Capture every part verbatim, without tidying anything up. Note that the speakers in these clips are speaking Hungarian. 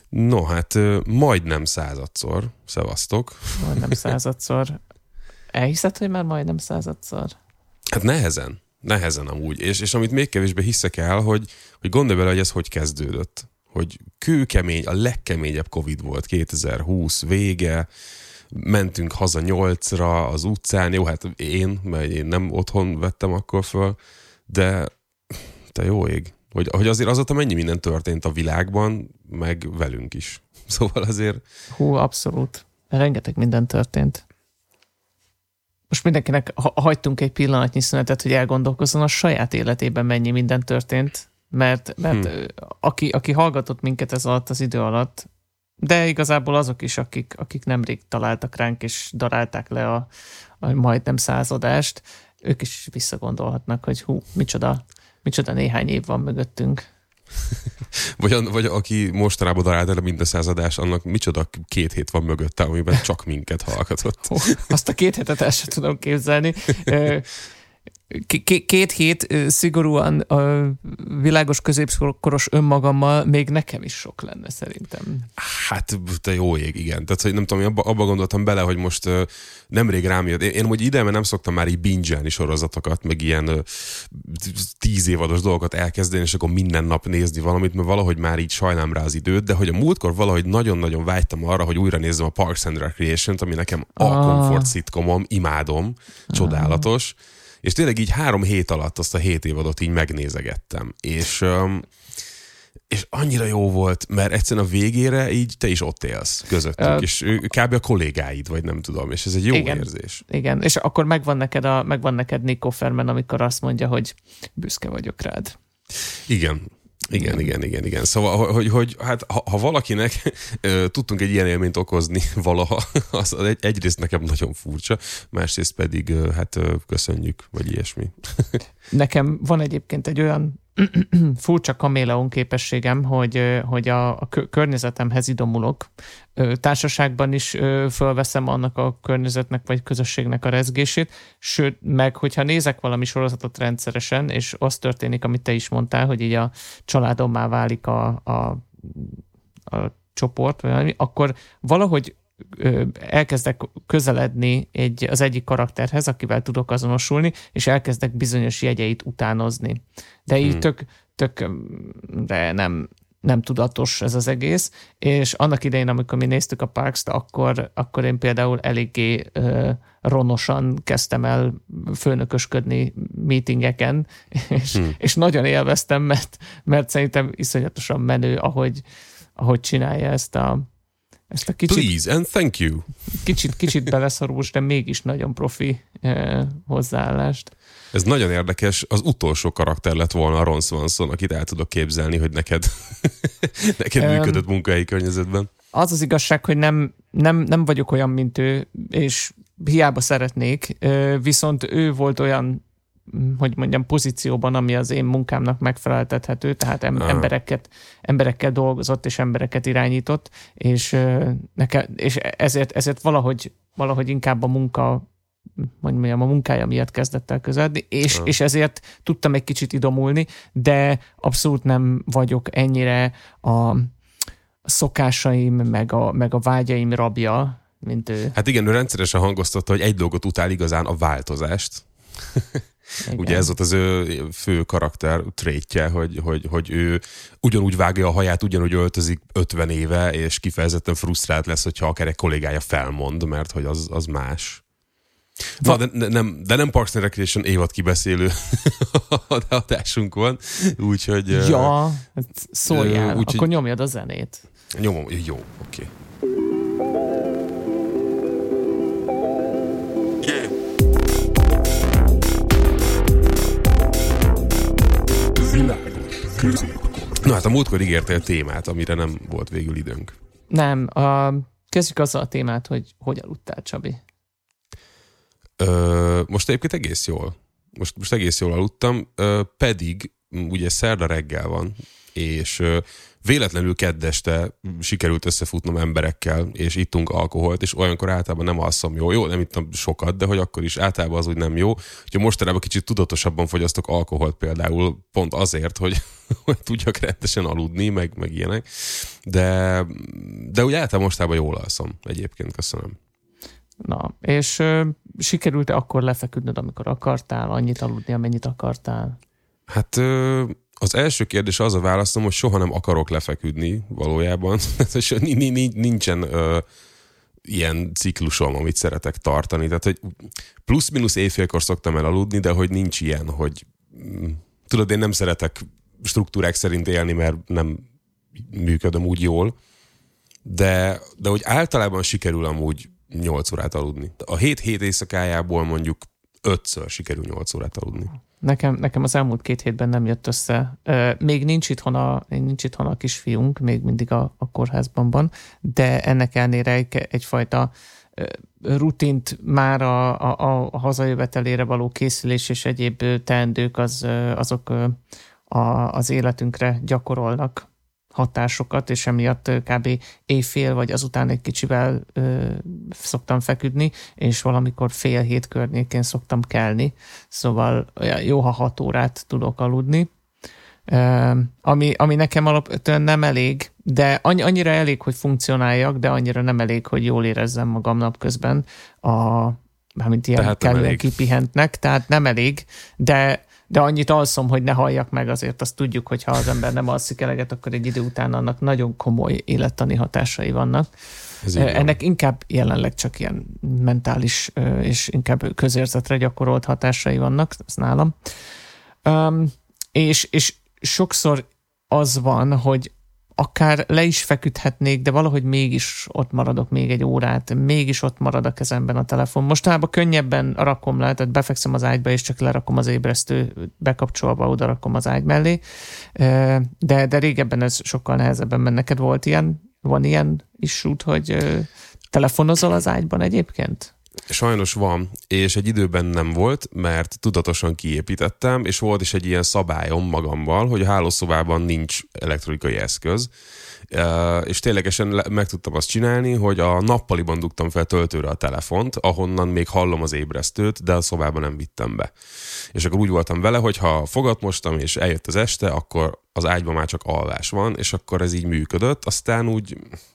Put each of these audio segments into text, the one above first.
No, hát majdnem századszor. Szevasztok. Majdnem századszor. Elhiszed, hogy már majdnem századszor? Hát nehezen. Nehezen amúgy. És, és amit még kevésbé hiszek el, hogy, hogy gondolj bele, hogy ez hogy kezdődött. Hogy kőkemény, a legkeményebb Covid volt kétezer-húsz vége, mentünk haza nyolcra az utcán, jó, hát én, mert én nem otthon vettem akkor föl, de te jó ég, hogy, hogy azért azóta mennyi minden történt a világban, meg velünk is. Szóval azért... Hú, abszolút. Rengeteg minden történt. Most mindenkinek ha- hagytunk egy pillanatnyi szünetet, hogy elgondolkozzon a saját életében mennyi minden történt, mert, mert hmm. aki, aki hallgatott minket ez alatt az idő alatt, de igazából azok is, akik, akik nemrég találtak ránk, és darálták le a, a majdnem századást, ők is visszagondolhatnak, hogy hú, micsoda, micsoda néhány év van mögöttünk. Vagy, vagy aki mostanában darált el a minden századás, annak micsoda két hét van mögötte, amiben csak minket hallgatott. Hú, azt a két hetet el sem tudom képzelni. Két hét szigorúan a világos középkoros önmagammal még nekem is sok lenne szerintem. Hát, te jó ég, igen. Tehát, hogy nem tudom, abba, abba gondoltam bele, hogy most uh, nemrég rám jött. Én, én hogy ide, mert nem szoktam már így binge-elni sorozatokat, meg ilyen uh, tíz évados dolgokat elkezdeni, és akkor minden nap nézni valamit, mert valahogy már így sajnálom rá az időt, de hogy a múltkor valahogy nagyon-nagyon vágytam arra, hogy újra nézzem a Parks and Recreation-t, ami nekem a ah. comfort szitcomom, imádom, csodálatos. Ah. És tényleg így három hét alatt azt a hét évadot így megnézegettem. És, um, és annyira jó volt, mert egyszerűen a végére így te is ott élsz közöttük, uh, és kb. A kollégáid, vagy nem tudom, és ez egy jó igen, érzés. Igen, és akkor megvan neked, a, megvan neked Nick Offerman, amikor azt mondja, hogy büszke vagyok rád. Igen. Igen, igen, igen, igen. Szóval, hogy, hogy hát, ha, ha valakinek ö, tudtunk egy ilyen élményt okozni valaha, az egy, egyrészt nekem nagyon furcsa, másrészt pedig ö, hát ö, köszönjük, vagy ilyesmi. Nekem van egyébként egy olyan furcsa kaméleon képességem, hogy, hogy a, a környezetemhez idomulok. Társaságban is fölveszem annak a környezetnek vagy közösségnek a rezgését, sőt, meg hogyha nézek valami sorozatot rendszeresen, és az történik, amit te is mondtál, hogy így a családommá válik a, a, a csoport, vagy valami, akkor valahogy elkezdek közeledni egy, az egyik karakterhez, akivel tudok azonosulni, és elkezdek bizonyos jegyeit utánozni. De így hmm. tök, tök de nem, nem tudatos ez az egész, és annak idején, amikor mi néztük a Parks-t, akkor, akkor én például eléggé uh, ronosan kezdtem el főnökösködni meetingeken, és, hmm. és nagyon élveztem, mert, mert szerintem iszonyatosan menő, ahogy, ahogy csinálja ezt a Ezt a kicsit, Please and thank you. Kicsit, kicsit beleszorús, de mégis nagyon profi eh, hozzáállást. Ez nagyon érdekes. Az utolsó karakter lett volna a Ron Swanson, akit el tudok képzelni, hogy neked, neked um, működött munkahelyi környezetben. Az az igazság, hogy nem, nem, nem vagyok olyan, mint ő, és hiába szeretnék, viszont ő volt olyan, hogy mondjam, pozícióban, ami az én munkámnak megfeleltethető, tehát em- embereket, emberekkel dolgozott, és embereket irányított, és, neke, és ezért, ezért valahogy, valahogy inkább a munka, hogy mondjam, a munkája miatt kezdett el közeledni, és, és ezért tudtam egy kicsit idomulni, de abszolút nem vagyok ennyire a szokásaim, meg a, meg a vágyaim rabja, mint ő. Hát igen, ő rendszeresen hangoztatta, hogy egy dolgot utál igazán, a változást. Igen. Ugye ez volt az ő fő karakter traitje, hogy, hogy, hogy ő ugyanúgy vágja a haját, ugyanúgy öltözik ötven éve, és kifejezetten frusztrált lesz, hogyha akár egy kollégája felmond, mert hogy az, az más. Na, de, de, nem, de nem Parks and Recreation évad kibeszélő adásunk van, úgyhogy... Ja, szóljál, úgy, akkor nyomjad a zenét. Nyomom, jó, oké. Okay. Na hát a múltkor ígértél témát, amire nem volt végül időnk. Nem, a, kezdjük azzal a témát, hogy hogy aludtál, Csabi? Ö, most egyébként egész jól. Most, most egész jól aludtam, ö, pedig ugye szerda reggel van, és ö, véletlenül kedd este sikerült összefutnom emberekkel, és ittunk alkoholt, és olyankor általában nem alszom jó. Jó, nem ittam sokat, de hogy akkor is általában az úgy nem jó. Úgyhogy mostanában kicsit tudatosabban fogyasztok alkoholt például, pont azért, hogy, hogy tudjak rendesen aludni, meg, meg ilyenek. De, de úgy általában mostában jól alszom egyébként, köszönöm. Na, és ö, sikerült-e akkor lefeküdnöd, amikor akartál, annyit aludni, amennyit akartál? Hát ö, az első kérdés az a válaszom, hogy soha nem akarok lefeküdni valójában. Nincsen ö, ilyen ciklusom, amit szeretek tartani. Tehát, hogy plusz-minusz éjfélkor szoktam el aludni, de hogy nincs ilyen, hogy tudod, én nem szeretek struktúrák szerint élni, mert nem működöm úgy jól. De, de hogy általában sikerül amúgy nyolc órát aludni. A hét-hét éjszakájából mondjuk ötször sikerül nyolc órát aludni. Nekem, nekem az elmúlt két hétben nem jött össze. Még nincs itthon a, nincs itthon a kisfiunk, még mindig a, a kórházban van, de ennek ellenére egy, egyfajta rutint már a, a, a hazajövetelére való készülés és egyéb teendők az, azok a, az életünkre gyakorolnak hatásokat, és emiatt kb. Éjfél, vagy azután egy kicsivel ö, szoktam feküdni, és valamikor fél hét környékén szoktam kelni, szóval jó, ha hat órát tudok aludni, ö, ami, ami nekem alapvetően nem elég, de annyi, annyira elég, hogy funkcionáljak, de annyira nem elég, hogy jól érezzem magam napközben, a, mármint ilyen kellően kipihentnek, tehát nem elég, de de annyit alszom, hogy ne halljak meg, azért azt tudjuk, hogy ha az ember nem alszik eleget, akkor egy idő után annak nagyon komoly élettani hatásai vannak. Ennek inkább jelenleg csak ilyen mentális és inkább közérzetre gyakorolt hatásai vannak, ez nálam. Um, és, és sokszor az van, hogy akár le is feküdhetnék, de valahogy mégis ott maradok még egy órát, mégis ott marad a kezemben a telefon. Mostanában könnyebben rakom le, tehát befekszem az ágyba, és csak lerakom az ébresztő, bekapcsolva oda rakom az ágy mellé. De, de régebben ez sokkal nehezebben, mert neked volt ilyen, van ilyen is út, hogy telefonozol az ágyban egyébként? Sajnos van, és egy időben nem volt, mert tudatosan kiépítettem, és volt is egy ilyen szabályom magammal, hogy a hálószobában nincs elektronikai eszköz, és ténylegesen meg tudtam azt csinálni, hogy a nappaliban dugtam fel töltőre a telefont, ahonnan még hallom az ébresztőt, de a szobában nem vittem be. És akkor úgy voltam vele, hogy ha fogat mostam, és eljött az este, akkor az ágyban már csak alvás van, és akkor ez így működött, aztán úgy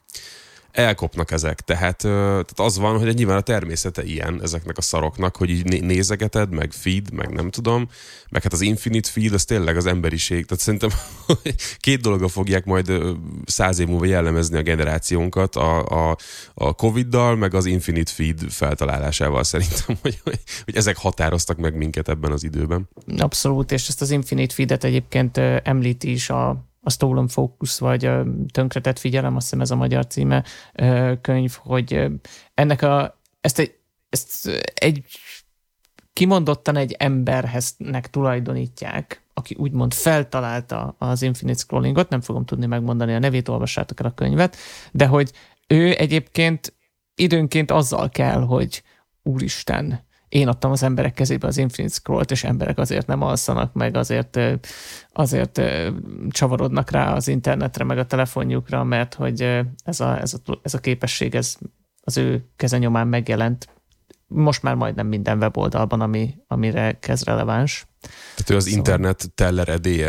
elkopnak ezek. Tehát, tehát az van, hogy nyilván a természete ilyen ezeknek a szaroknak, hogy így nézegeted, meg feed, meg nem tudom, meg hát az infinite feed, az tényleg az emberiség. Tehát szerintem két dologra fogják majd száz év múlva jellemezni a generációnkat, a, a, a Covid-dal, meg az infinite feed feltalálásával szerintem, hogy, hogy, hogy ezek határoztak meg minket ebben az időben. Abszolút, és ezt az infinite feedet egyébként említi is a a Stolen Focus, vagy a Tönkretett figyelem, azt hiszem ez a magyar címe könyv, hogy ennek a, ezt egy, ezt egy kimondottan egy emberheznek tulajdonítják, aki úgymond feltalálta az Infinite Scrollingot, nem fogom tudni megmondani a nevét, olvassátok el a könyvet, de hogy ő egyébként időnként azzal kell, hogy úristen, én adtam az emberek kezébe az Infinite Scrollt, és emberek azért nem alszanak meg, azért, azért csavarodnak rá az internetre, meg a telefonjukra, mert hogy ez a, ez a, ez a képesség ez az ő kezenyomán megjelent. Most már majdnem minden weboldalban, ami, amire kezd releváns. Tehát ő az szóval internet teller edélye?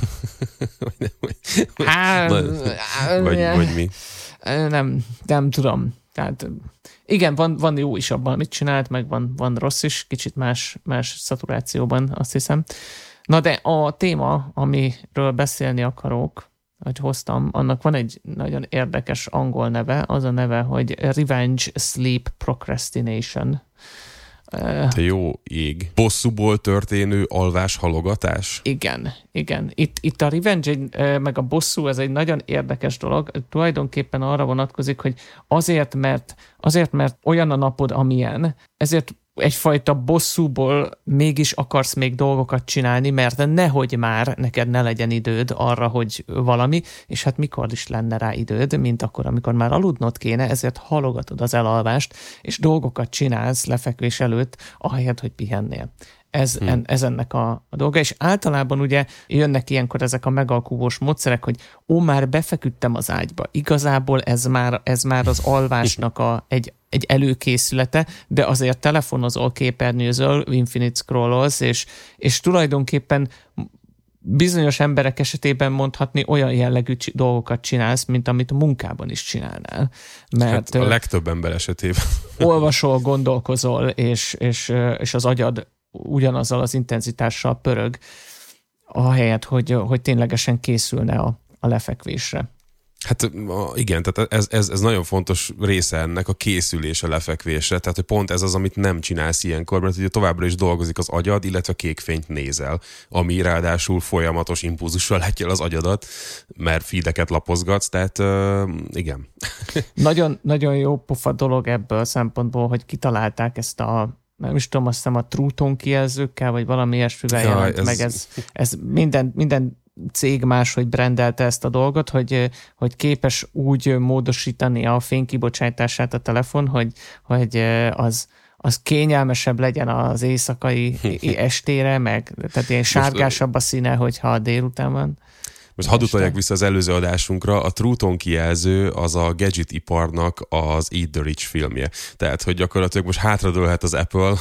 Há, vagy, vagy mi? Nem, nem tudom. Tehát igen, van, van jó is abban, amit csinált, meg van, van rossz is, kicsit más, más szaturációban, azt hiszem. Na de a téma, amiről beszélni akarok, hogy hoztam, annak van egy nagyon érdekes angol neve, az a neve, hogy Revenge Sleep Procrastination. Te jó ég. Bosszúból történő alváshalogatás? Igen, igen. Itt, itt a revenge meg a bosszú, ez egy nagyon érdekes dolog. Tulajdonképpen arra vonatkozik, hogy azért, mert, azért, mert olyan a napod, amilyen, ezért egyfajta bosszúból mégis akarsz még dolgokat csinálni, mert nehogy már neked ne legyen időd arra, hogy valami, és hát mikor is lenne rá időd, mint akkor, amikor már aludnod kéne, ezért halogatod az elalvást, és dolgokat csinálsz lefekvés előtt, ahelyett, hogy pihennél. Ez, hmm. en, ez ennek a, a dolga, és általában ugye jönnek ilyenkor ezek a megalkuvós módszerek, hogy ó, már befeküdtem az ágyba. Igazából ez már, ez már az alvásnak a, egy, egy előkészülete, de azért telefonozol, képernyőzöl, infinite scrollolsz, és, és tulajdonképpen bizonyos emberek esetében mondhatni olyan jellegű dolgokat csinálsz, mint amit a munkában is csinálnál. Mert hát a legtöbb ember esetében. Olvasol, gondolkozol, és, és, és az agyad ugyanazzal az intenzitással pörög, ahelyett, hogy, hogy ténylegesen készülne a, a lefekvésre. Hát igen, tehát ez, ez, ez nagyon fontos része ennek, a készülés a lefekvésre, tehát hogy pont ez az, amit nem csinálsz ilyenkor, mert ugye továbbra is dolgozik az agyad, illetve kékfényt nézel, ami ráadásul folyamatos impulzussal látja az agyadat, mert feedeket lapozgatsz, tehát uh, igen. nagyon, nagyon jó pofa dolog ebből a szempontból, hogy kitalálták ezt a nem is tudom, azt hiszem a True Tone kijelzőkkel, vagy valami ilyesmivel jelent ez... meg. Ez, ez minden, minden cég máshogy brendelte ezt a dolgot, hogy, hogy képes úgy módosítani a fénykibocsátását a telefon, hogy, hogy az, az kényelmesebb legyen az éjszakai estére, meg tehát ilyen sárgásabb a színe, hogyha délután van. Most hadd utaljak vissza az előző adásunkra, a True Tone kijelző az a gadget iparnak az Eat the Rich filmje. Tehát, hogy gyakorlatilag most hátradőlhet az Apple,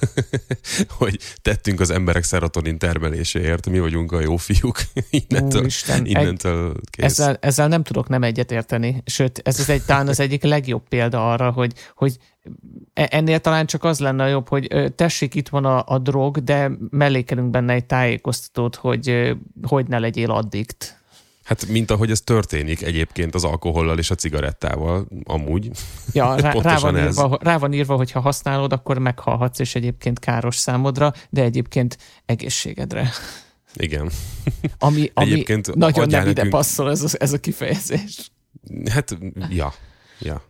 hogy tettünk az emberek szerotonin termeléséért, mi vagyunk a jó fiúk. innentől, Úristen, innentől kész. Ezzel, ezzel nem tudok nem egyetérteni. Sőt, ez az egy, talán az egyik legjobb példa arra, hogy, hogy ennél talán csak az lenne jobb, hogy tessék, itt van a, a drog, de mellékelünk benne egy tájékoztatót, hogy hogy ne legyél addikt. Hát, mint ahogy ez történik egyébként az alkohollal és a cigarettával, amúgy. Ja, rá, rá, van írva, rá van írva, hogy ha használod, akkor meghalhatsz, és egyébként káros számodra, de egyébként egészségedre. Igen. Ami, ami nagyon nem ide nekünk... passzol ez a, ez a kifejezés. Hát, ja, ja.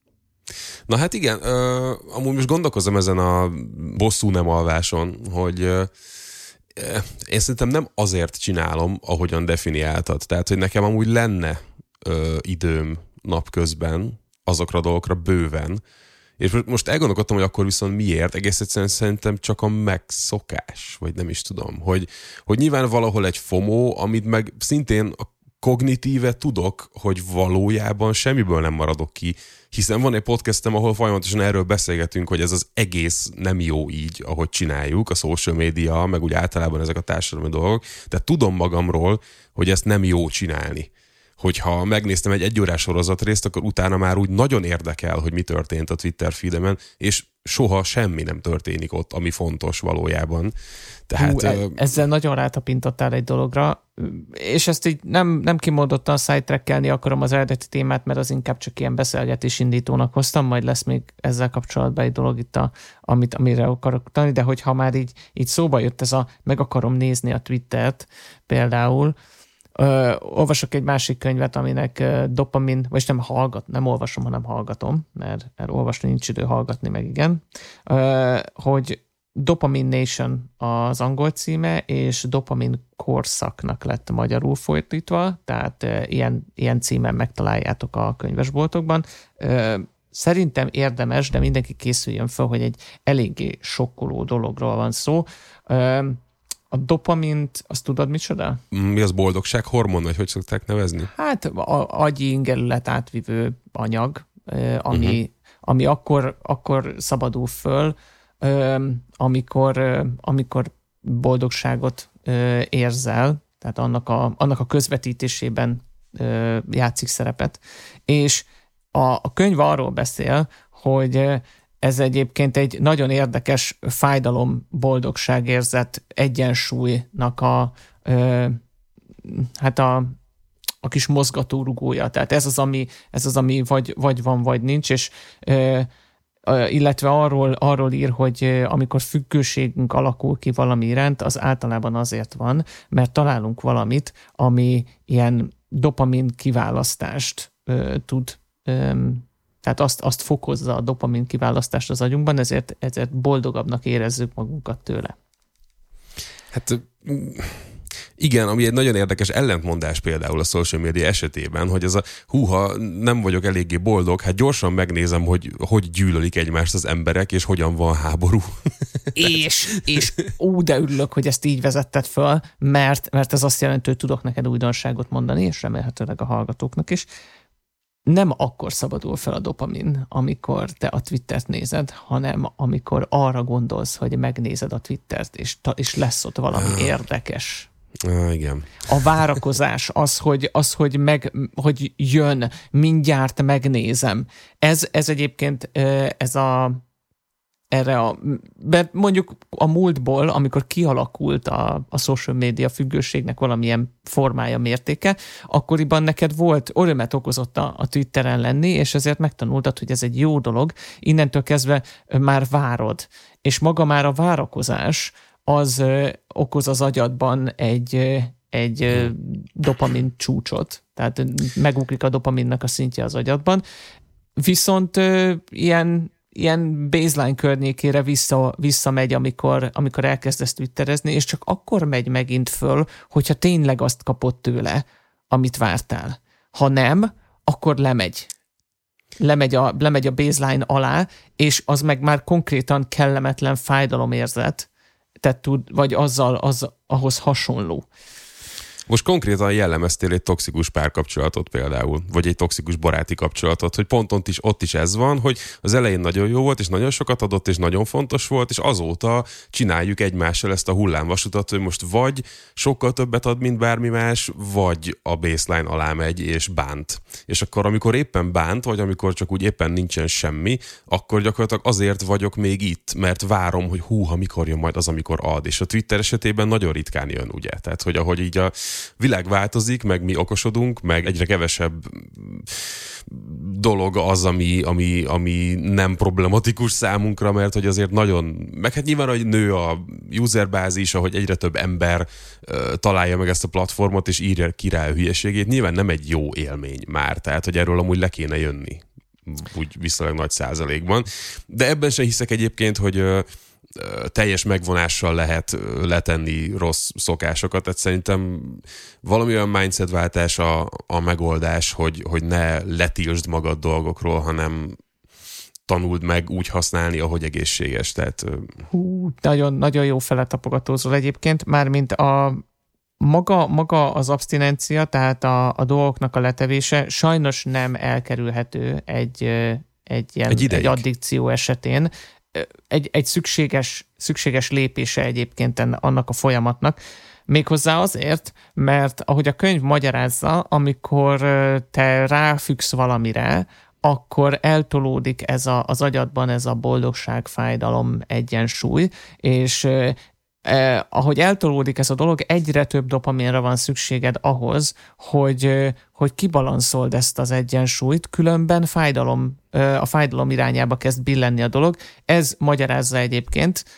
Na hát igen, uh, amúgy most gondolkozom ezen a bosszú nem alváson, hogy uh, én szerintem nem azért csinálom, ahogyan definiáltad. Tehát, hogy nekem amúgy lenne uh, időm napközben azokra a dolgokra bőven, és most elgondolkodtam, hogy akkor viszont miért, egész egyszerűen szerintem csak a megszokás, vagy nem is tudom, hogy, hogy nyilván valahol egy FOMO, amit meg szintén a kognitíve tudok, hogy valójában semmiből nem maradok ki, hiszen van egy podcastem, ahol folyamatosan erről beszélgetünk, hogy ez az egész nem jó így, ahogy csináljuk, a social media, meg úgy általában ezek a társadalmi dolgok, tehát tudom magamról, hogy ezt nem jó csinálni. Hogyha megnéztem egy egyórás sorozatrészt, akkor utána már úgy nagyon érdekel, hogy mi történt a Twitter feedemen, és soha semmi nem történik ott, ami fontos valójában. Tehát, Hú, e- ezzel nagyon rátapintottál egy dologra, és ezt így nem, nem kimondottan sidetrackelni akarom az eredeti témát, mert az inkább csak ilyen beszélgetés indítónak hoztam, majd lesz még ezzel kapcsolatban egy dolog itt, a, amit, amire akarok tanulni, de hogyha már így, így szóba jött ez a meg akarom nézni a Twittert például, Ö, olvasok egy másik könyvet, aminek ö, dopamin, vagy nem hallgat, nem olvasom, hanem hallgatom, mert, mert olvasni nincs idő, hallgatni meg igen, ö, hogy Dopamine Nation az angol címe, és Dopamine korszaknak lett magyarul fordítva, tehát ö, ilyen, ilyen címen megtaláljátok a könyvesboltokban. Ö, szerintem érdemes, de mindenki készüljön fel, hogy egy eléggé sokkoló dologról van szó. Ö, A dopamint, azt tudod micsoda? Mi az boldogsághormon, vagy hogy szokták nevezni? Hát a, agyi ingerület átvivő anyag, ami, uh-huh. ami akkor, akkor szabadul föl, amikor, amikor boldogságot érzel, tehát annak a, annak a közvetítésében játszik szerepet. És a, a könyv arról beszél, hogy ez egyébként egy nagyon érdekes fájdalom-boldogságérzet egyensúlynak a, ö, hát a, a kis mozgatórugója. Tehát ez az, ami, ez az, ami vagy, vagy van, vagy nincs, és ö, illetve arról, arról ír, hogy amikor függőségünk alakul ki valami iránt, az általában azért van, mert találunk valamit, ami ilyen dopamin kiválasztást ö, tud ö, tehát azt, azt fokozza a dopamin kiválasztást az agyunkban, ezért, ezért boldogabbnak érezzük magunkat tőle. Hát igen, ami egy nagyon érdekes ellentmondás például a social media esetében, hogy ez a húha, nem vagyok eléggé boldog, hát gyorsan megnézem, hogy hogy gyűlölik egymást az emberek, és hogyan van háború. és, és ú, de örülök, hogy ezt így vezetted föl, mert, mert ez azt jelenti, hogy tudok neked újdonságot mondani, és remélhetőleg a hallgatóknak is. Nem akkor szabadul fel a dopamin, amikor te a Twittert nézed, hanem amikor arra gondolsz, hogy megnézed a Twittert, és, ta, és lesz ott valami ah. érdekes. Ah, igen. A várakozás, az, hogy, az, hogy, meg, hogy jön, mindjárt megnézem. Ez, ez egyébként ez a erre a, mert mondjuk a múltból, amikor kialakult a, a social media függőségnek valamilyen formája, mértéke, akkoriban neked volt, örömet okozott a, a Twitteren lenni, és ezért megtanultad, hogy ez egy jó dolog, innentől kezdve már várod. És maga már a várakozás az ö, okoz az agyadban egy, egy ö, dopamin csúcsot, tehát megugrik a dopaminnak a szintje az agyadban, viszont ö, ilyen ilyen baseline környékére vissza, visszamegy, amikor, amikor elkezdesz twitterezni, és csak akkor megy megint föl, hogyha tényleg azt kapod tőle, amit vártál. Ha nem, akkor lemegy. Lemegy a, lemegy a baseline alá, és az meg már konkrétan kellemetlen fájdalomérzet, tehát tud, vagy azzal, az, ahhoz hasonló. Most konkrétan jellemeztél egy toxikus párkapcsolatot például, vagy egy toxikus baráti kapcsolatot, hogy pont ott is, ott is ez van, hogy az elején nagyon jó volt, és nagyon sokat adott, és nagyon fontos volt, és azóta csináljuk egymással ezt a hullámvasutat, hogy most vagy sokkal többet ad, mint bármi más, vagy a baseline alá megy, és bánt. És akkor, amikor éppen bánt, vagy amikor csak úgy éppen nincsen semmi, akkor gyakorlatilag azért vagyok még itt, mert várom, hogy húha, mikor jön majd az, amikor ad. És a Twitter esetében nagyon ritkán jön, ugye? Tehát, hogy ahogy így a világ változik, meg mi okosodunk, meg egyre kevesebb dolog az, ami, ami, ami nem problematikus számunkra, mert hogy azért nagyon, meg hát nyilván, hogy nő a userbázis, ahogy egyre több ember uh, találja meg ezt a platformot, és írja ki rá a hülyeségét, nyilván nem egy jó élmény már, tehát, hogy erről amúgy le kéne jönni, úgy viszonylag nagy százalékban. De ebben sem hiszek egyébként, hogy uh, teljes megvonással lehet letenni rossz szokásokat, tehát szerintem valami olyan mindsetváltás a, a megoldás, hogy, hogy ne letiltsd magad dolgokról, hanem tanuld meg úgy használni, ahogy egészséges. Tehát, Hú, nagyon, nagyon jó feletapogatózol egyébként, mármint a maga, maga az abstinencia, tehát a, a dolgoknak a letevése sajnos nem elkerülhető egy, egy, ilyen, egy, egy addikció esetén. Egy, egy szükséges, szükséges lépése egyébként annak a folyamatnak. Méghozzá azért, mert ahogy a könyv magyarázza, amikor te ráfüggsz valamire, akkor eltolódik ez a, az agyadban ez a boldogság, fájdalom egyensúly, és eh, ahogy eltolódik ez a dolog, egyre több dopaminra van szükséged ahhoz, hogy, hogy kibalanszold ezt az egyensúlyt, különben fájdalom, a fájdalom irányába kezd billenni a dolog. Ez magyarázza egyébként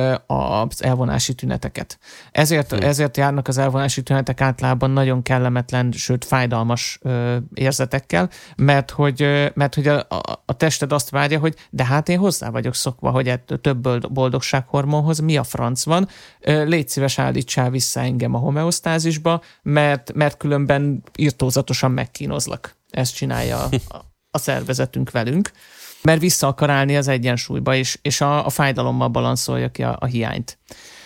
az elvonási tüneteket. Ezért, hmm. ezért járnak az elvonási tünetek általában nagyon kellemetlen, sőt fájdalmas érzetekkel, mert hogy, mert hogy a, a, a tested azt várja, hogy de hát én hozzá vagyok szokva, hogy ettől több boldogsághormonhoz mi a franc van, légy szíves, állítsál vissza engem a homeosztázisba, mert, mert különben irtózatosan megkínozlak. Ezt csinálja a, a szervezetünk velünk, mert vissza akar állni az egyensúlyba, és, és a, a fájdalommal balanszolja ki a, a hiányt.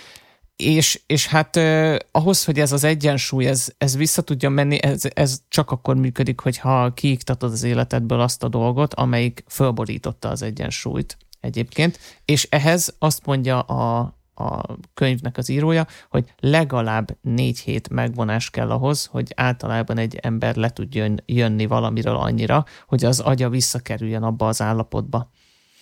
És, és hát eh, ahhoz, hogy ez az egyensúly, ez, ez vissza tudja menni, ez, ez csak akkor működik, hogyha kiiktatod az életedből azt a dolgot, amelyik fölborította az egyensúlyt egyébként, és ehhez azt mondja a a könyvnek az írója, hogy legalább négy hét megvonás kell ahhoz, hogy általában egy ember le tudjon jönni valamiről annyira, hogy az agya visszakerüljön abba az állapotba.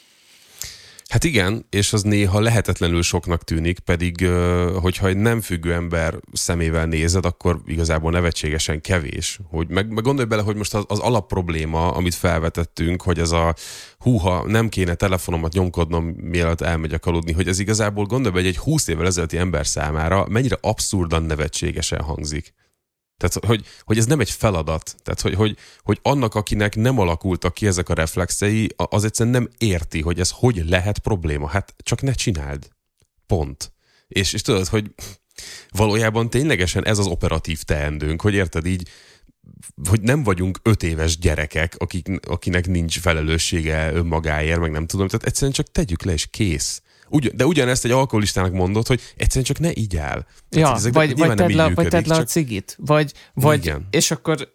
Hát igen, és az néha lehetetlenül soknak tűnik, pedig hogyha egy nem függő ember szemével nézed, akkor igazából nevetségesen kevés. Hogy meg, meg gondolj bele, hogy most az, az alapprobléma, amit felvetettünk, hogy ez a húha, nem kéne telefonomat nyomkodnom, mielőtt elmegyek aludni, hogy ez igazából gondolj bele, hogy egy húsz évvel ezelőtti ember számára mennyire abszurdan nevetségesen hangzik. Tehát, hogy, hogy ez nem egy feladat. Tehát, hogy, hogy, hogy annak, akinek nem alakultak ki ezek a reflexei, az egyszerűen nem érti, hogy ez hogy lehet probléma. Hát csak ne csináld. Pont. És, és tudod, hogy valójában ténylegesen ez az operatív teendőnk, hogy érted így, hogy nem vagyunk öt éves gyerekek, akik, akinek nincs felelőssége önmagáért, meg nem tudom. Tehát egyszerűen csak tegyük le, és kész. Ugy, de ugyanezt egy alkoholistának mondod, hogy egyszerűen csak ne igyál. Ja, vagy, vagy tedd le, vagy tedd le a cigit. Vagy, vagy és akkor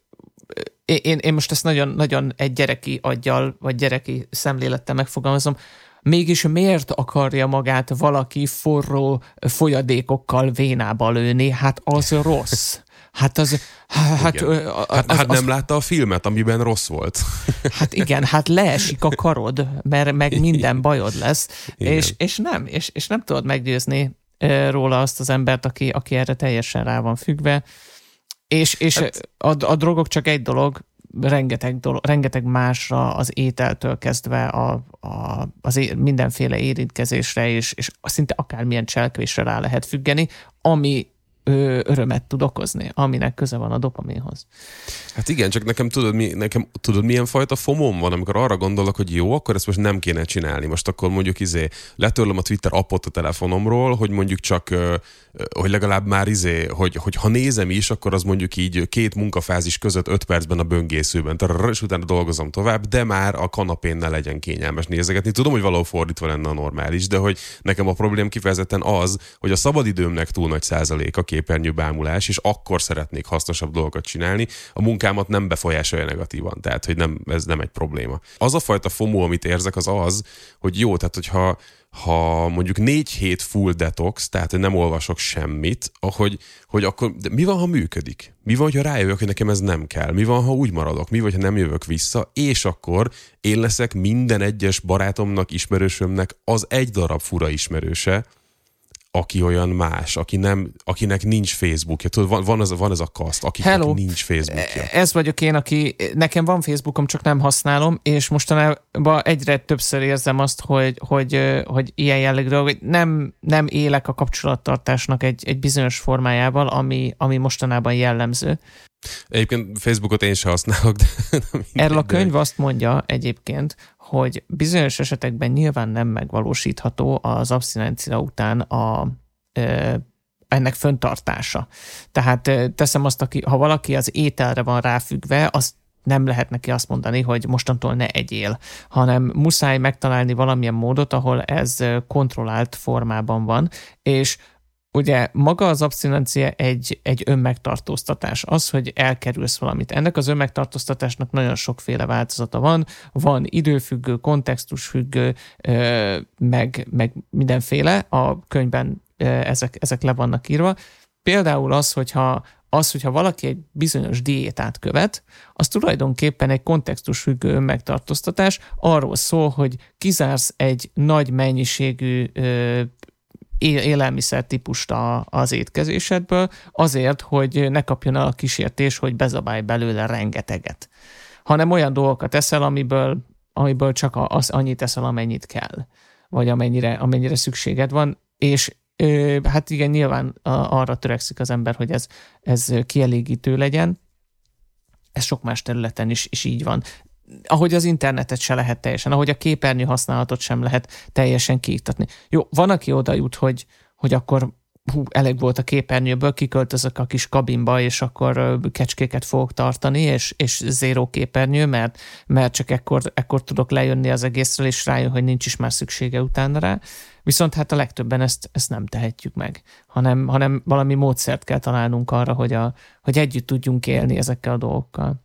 én, én most ezt nagyon, nagyon egy gyereki aggyal, vagy gyereki szemlélettel megfogalmazom, mégis miért akarja magát valaki forró folyadékokkal vénába lőni? Hát az rossz. Hát az... Hát, az, hát, az, hát nem az, látta a filmet, amiben rossz volt. Hát igen, hát leesik a karod, mert meg minden bajod lesz, és, és nem, és, és nem tudod meggyőzni róla azt az embert, aki, aki erre teljesen rá van függve. És, és hát, a, a drogok csak egy dolog, rengeteg, dolog, rengeteg másra, az ételtől kezdve a, a, az é, mindenféle érintkezésre, és, és szinte akármilyen cselekvésre rá lehet függeni, ami ö, örömet tud okozni, aminek köze van a dopaminhoz. Hát igen, csak nekem tudod, mi, nekem tudod milyen fajta fomom van, amikor arra gondolok, hogy jó, akkor ezt most nem kéne csinálni. Most akkor mondjuk izé, letörlöm a Twitter appot a telefonomról, hogy mondjuk csak, ö, hogy legalább már izé, hogy, hogy ha nézem is, akkor az mondjuk így két munkafázis között öt percben a böngészőben, és utána dolgozom tovább, de már a kanapén ne legyen kényelmes nézegetni. Tudom, hogy valahol fordítva lenne a normális, de hogy nekem a problém kifejezetten az, hogy a szabadidőmnek túl nagy százalék a képernyőbámulás, és akkor szeretnék hasznosabb dolgokat csinálni. A munkámat nem befolyásolja negatívan, tehát hogy nem, ez nem egy probléma. Az a fajta FOMO, amit érzek, az az, hogy jó, tehát hogyha ha mondjuk négy hét full detox, tehát nem olvasok semmit, ahogy, hogy akkor, de mi van, ha működik? Mi van, ha rájövök, hogy nekem ez nem kell? Mi van, ha úgy maradok? Mi van, ha nem jövök vissza? És akkor én leszek minden egyes barátomnak, ismerősömnek az egy darab fura ismerőse, aki olyan más, aki nem, akinek nincs Facebookja. Tudod, van, van, az, van ez a kaszt, akiknek Hello. nincs Facebookja. Ez vagyok én, aki, nekem van Facebookom, csak nem használom, és mostanában egyre többször érzem azt, hogy, hogy, hogy ilyen jellegű dolog, hogy nem, nem élek a kapcsolattartásnak egy, egy bizonyos formájával, ami, ami mostanában jellemző. Egyébként Facebookot én sem használok, de... Erről a könyv azt mondja egyébként, hogy bizonyos esetekben nyilván nem megvalósítható az abszinencia után a, e, ennek föntartása. Tehát teszem azt, aki, ha valaki az ételre van ráfüggve, az nem lehet neki azt mondani, hogy mostantól ne egyél, hanem muszáj megtalálni valamilyen módot, ahol ez kontrollált formában van, és ugye maga az abszinencia egy, egy önmegtartóztatás. Az, hogy elkerülsz valamit. Ennek az önmegtartóztatásnak nagyon sokféle változata van. Van időfüggő, kontextusfüggő, meg, meg mindenféle. A könyvben ezek, ezek le vannak írva. Például az, hogyha az, hogyha valaki egy bizonyos diétát követ, az tulajdonképpen egy kontextusfüggő önmegtartóztatás. Arról szól, hogy kizársz egy nagy mennyiségű élelmiszer típust az étkezésedből, azért, hogy ne kapjon el a kísértés, hogy bezabálj belőle rengeteget. Hanem olyan dolgokat eszel, amiből, amiből csak az, annyit eszel, amennyit kell, vagy amennyire, amennyire szükséged van, és ö, hát igen, nyilván arra törekszik az ember, hogy ez, ez kielégítő legyen. Ez sok más területen is, is így van. Ahogy az internetet se lehet teljesen, ahogy a képernyő használatot sem lehet teljesen kiiktatni. Jó, van, aki oda jut, hogy, hogy akkor hú, elég volt a képernyőből, kiköltözök a kis kabinba, és akkor kecskéket fogok tartani, és, és zéró képernyő, mert, mert csak ekkor, ekkor tudok lejönni az egészről, és rájön, hogy nincs is már szüksége utána rá. Viszont hát a legtöbben ezt, ezt nem tehetjük meg, hanem, hanem valami módszert kell találnunk arra, hogy, a, hogy együtt tudjunk élni ezekkel a dolgokkal.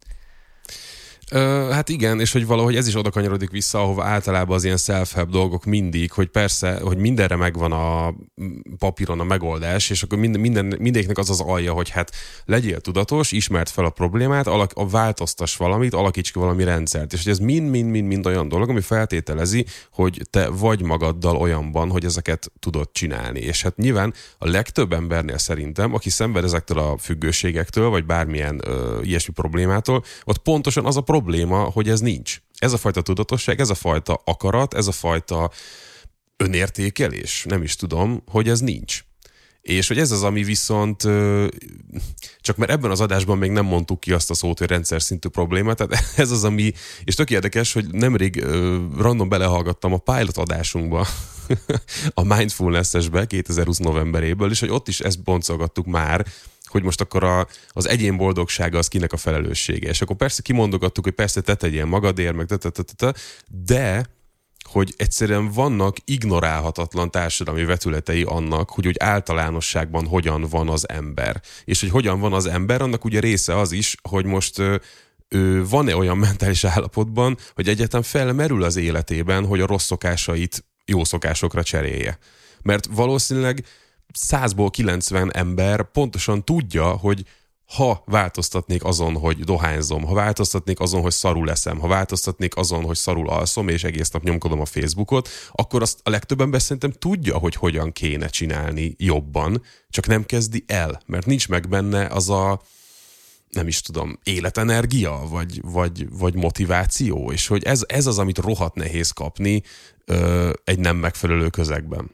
Ö, hát igen, és hogy valahogy ez is oda kanyarodik vissza, ahova általában az ilyen self-help dolgok mindig, hogy persze, hogy mindenre megvan a papíron a megoldás, és akkor minden, minden, mindegyiknek az az alja, hogy hát legyél tudatos, ismerd fel a problémát, alak, a változtass valamit, alakíts ki valami rendszert. És hogy ez mind-mind-mind olyan dolog, ami feltételezi, hogy te vagy magaddal olyanban, hogy ezeket tudod csinálni. És hát nyilván a legtöbb embernél szerintem, aki szenved ezektől a függőségektől, vagy bármilyen ö, ilyesmi problémától, ott pontosan az a probléma, hogy ez nincs. Ez a fajta tudatosság, ez a fajta akarat, ez a fajta önértékelés, nem is tudom, hogy ez nincs. És hogy ez az, ami viszont, csak mert ebben az adásban még nem mondtuk ki azt a szót, hogy rendszer szintű probléma, tehát ez az, ami, és tök érdekes, hogy nemrég random belehallgattam a pilot adásunkba, a Mindfulness-esbe kétezer-húsz novemberéből, és hogy ott is ezt boncolgattuk már, hogy most akkor a, az egyén boldogsága az kinek a felelőssége. És akkor persze kimondogattuk, hogy persze te tegyél magadért, meg te, te, te, te, te, de hogy egyszerűen vannak ignorálhatatlan társadalmi vetületei annak, hogy úgy általánosságban hogyan van az ember. És hogy hogyan van az ember, annak ugye része az is, hogy most ő van-e olyan mentális állapotban, hogy egyáltalán felmerül az életében, hogy a rossz szokásait jó szokásokra cserélje. Mert valószínűleg százból kilencven ember pontosan tudja, hogy ha változtatnék azon, hogy dohányzom, ha változtatnék azon, hogy szarul eszem, ha változtatnék azon, hogy szarul alszom, és egész nap nyomkodom a Facebookot, akkor azt a legtöbb ember szerintem tudja, hogy hogyan kéne csinálni jobban, csak nem kezdi el, mert nincs meg benne az a, nem is tudom, életenergia, vagy, vagy, vagy motiváció, és hogy ez, ez az, amit rohadt nehéz kapni ö, egy nem megfelelő közegben.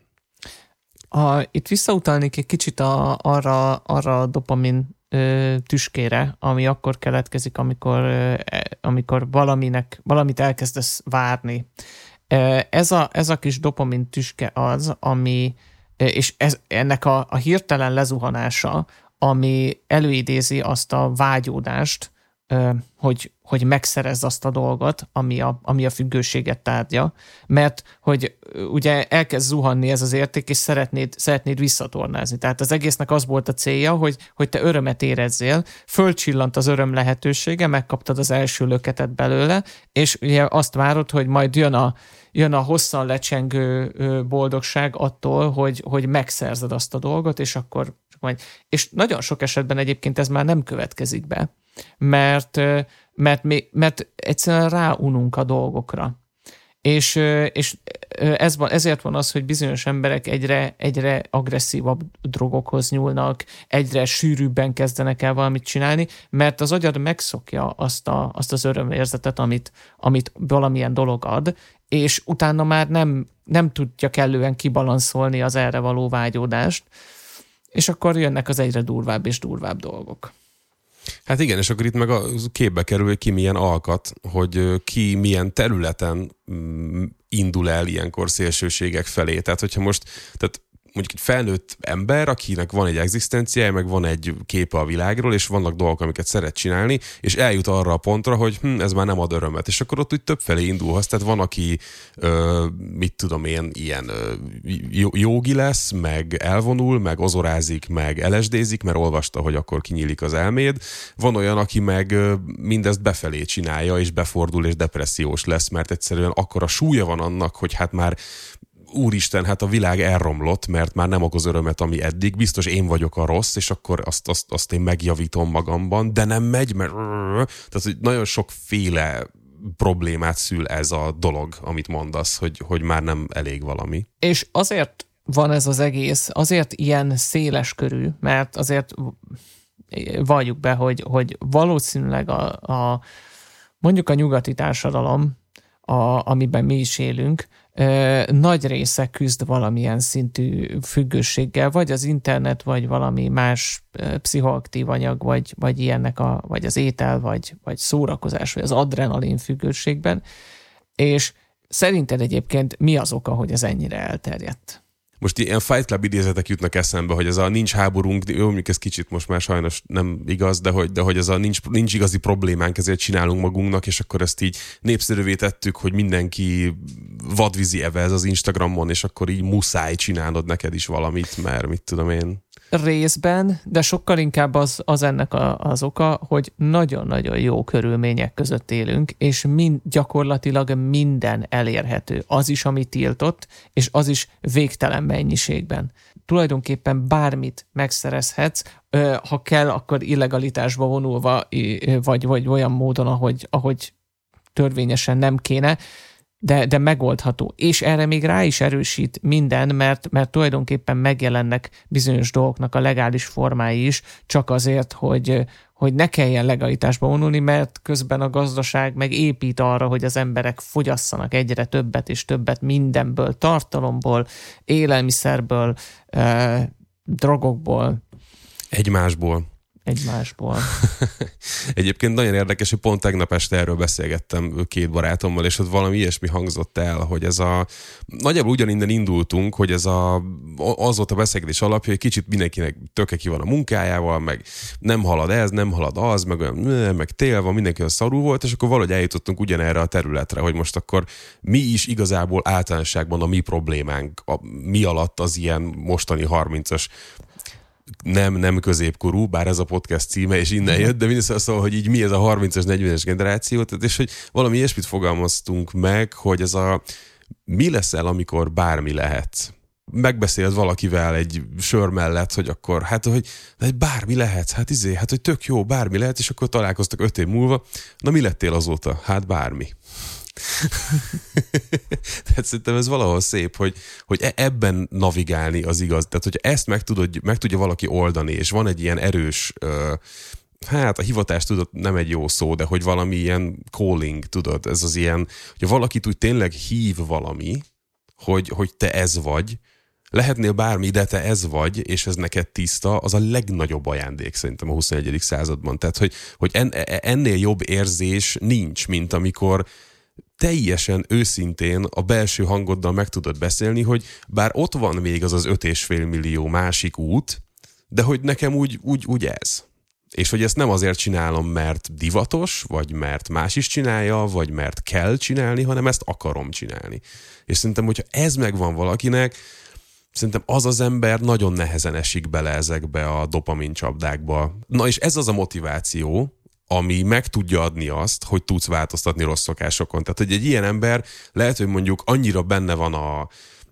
A, itt visszautalnék egy kicsit a, arra, arra a dopamin ö, tüskére, ami akkor keletkezik, amikor, ö, amikor valaminek, valamit elkezdesz várni. Ez a, ez a kis dopamin tüske az, ami, és ez, ennek a, a hirtelen lezuhanása, ami előidézi azt a vágyódást, hogy, hogy megszerezz azt a dolgot, ami a, ami a függőséget tárgya, mert hogy ugye elkezd zuhanni ez az érték, és szeretnéd, szeretnéd visszatornázni. Tehát az egésznek az volt a célja, hogy, hogy te örömet érezzél, fölcsillant az öröm lehetősége, megkaptad az első löketet belőle, és ugye azt várod, hogy majd jön a, jön a hosszan lecsengő boldogság attól, hogy, hogy megszerzed azt a dolgot, és akkor majd. És nagyon sok esetben egyébként ez már nem következik be, mert, mert, mert egyszerűen ráununk a dolgokra. És, és ez van, ezért van az, hogy bizonyos emberek egyre, egyre agresszívabb drogokhoz nyúlnak, egyre sűrűbben kezdenek el valamit csinálni, mert az agyad megszokja azt, a, azt az örömérzetet, amit, amit valamilyen dolog ad, és utána már nem, nem tudja kellően kibalanszolni az erre való vágyódást, és akkor jönnek az egyre durvább és durvább dolgok. Hát igen, és akkor itt meg a képbe kerül, hogy ki milyen alkat, hogy ki milyen területen indul el ilyenkor szélsőségek felé. Tehát, hogyha most, tehát mondjuk egy felnőtt ember, akinek van egy egzisztenciája, meg van egy képe a világról, és vannak dolgok, amiket szeret csinálni, és eljut arra a pontra, hogy hm, ez már nem ad örömet. És akkor ott úgy többfelé indulhatsz. Tehát van, aki, ö, mit tudom én, ilyen ö, jógi lesz, meg elvonul, meg ozorázik, meg el es dé-zik, mert olvasta, hogy akkor kinyílik az elméd. Van olyan, aki meg ö, mindezt befelé csinálja, és befordul, és depressziós lesz, mert egyszerűen akkora súlya van annak, hogy hát már úristen, hát a világ elromlott, mert már nem okoz örömet, ami eddig. Biztos én vagyok a rossz, és akkor azt, azt, azt én megjavítom magamban, de nem megy, mert tehát hogy nagyon sokféle problémát szül ez a dolog, amit mondasz, hogy, hogy már nem elég valami. És azért van ez az egész, azért ilyen széles körű, mert azért valljuk be, hogy, hogy valószínűleg a, a mondjuk a nyugati társadalom, a, amiben mi is élünk, nagy része küzd valamilyen szintű függőséggel, vagy az internet, vagy valami más pszichoaktív anyag, vagy, vagy ilyennek a, vagy az étel, vagy, vagy szórakozás, vagy az adrenalin függőségben. És szerinted egyébként mi az oka, hogy ez ennyire elterjedt? Most ilyen Fight Club idézetek jutnak eszembe, hogy ez a nincs háborunk, jó, mondjuk ez kicsit most már sajnos nem igaz, de hogy, de hogy ez a nincs, nincs igazi problémánk, ezért csinálunk magunknak, és akkor ezt így népszerűvé tettük, hogy mindenki vadvízi evez az Instagramon, és akkor így muszáj csinálnod neked is valamit, mert mit tudom én. Részben, de sokkal inkább az, az ennek a, az oka, hogy nagyon-nagyon jó körülmények között élünk, és mind, gyakorlatilag minden elérhető. Az is, ami tiltott, és az is végtelen mennyiségben. Tulajdonképpen bármit megszerezhetsz, ha kell, akkor illegalitásba vonulva, vagy, vagy olyan módon, ahogy, ahogy törvényesen nem kéne, De, de megoldható. És erre még rá is erősít minden, mert, mert tulajdonképpen megjelennek bizonyos dolgoknak a legális formái is, csak azért, hogy, hogy ne kelljen legalitásba vonulni, mert közben a gazdaság meg épít arra, hogy az emberek fogyasszanak egyre többet és többet mindenből, tartalomból, élelmiszerből, eh, drogokból. Egymásból. egymásból. Egyébként nagyon érdekes, hogy pont tegnap este erről beszélgettem két barátommal, és ott valami ilyesmi hangzott el, hogy ez a... Nagyjából ugyaninnen indultunk, hogy ez a... Az volt a beszélgetés alapja, hogy kicsit mindenkinek töke ki van a munkájával, meg nem halad ez, nem halad az, meg olyan, meg tél van, mindenki olyan szarú volt, és akkor valahogy eljutottunk ugyanerre a területre, hogy most akkor mi is igazából általánosságban a mi problémánk, a, mi alatt az ilyen mostani harmincas nem, nem középkorú, bár ez a podcast címe, és innen jött, de mindössze szóval, hogy így mi ez a harmincas, negyvenes generáció, tehát és hogy valami ilyesmit fogalmaztunk meg, hogy ez a mi leszel, amikor bármi lehet. Megbeszéled valakivel egy sör mellett, hogy akkor, hát, hogy de bármi lehet, hát izé, hát, hogy tök jó, bármi lehet, és akkor találkoztak öt év múlva, na mi lettél azóta? Hát bármi. Tehát szerintem ez valahol szép, hogy, hogy ebben navigálni az igaz. Tehát, hogyha ezt meg, tudod, meg tudja valaki oldani, és van egy ilyen erős, uh, hát a hivatás tudod, nem egy jó szó, de hogy valami ilyen calling, tudod, ez az ilyen, hogy valakit úgy tényleg hív valami, hogy, hogy te ez vagy, lehetnél bármi, de te ez vagy, és ez neked tiszta, az a legnagyobb ajándék szerintem a huszonegyedik században. Tehát, hogy, hogy en, ennél jobb érzés nincs, mint amikor teljesen őszintén a belső hangoddal meg tudod beszélni, hogy bár ott van még az az öt és fél millió másik út, de hogy nekem úgy, úgy, úgy ez. És hogy ezt nem azért csinálom, mert divatos, vagy mert más is csinálja, vagy mert kell csinálni, hanem ezt akarom csinálni. És szerintem, hogyha ez megvan valakinek, szerintem az az ember nagyon nehezen esik bele ezekbe a dopamin csapdákba. Na és ez az a motiváció, ami meg tudja adni azt, hogy tudsz változtatni rossz szokásokon. Tehát, hogy egy ilyen ember lehet, hogy mondjuk annyira benne van a,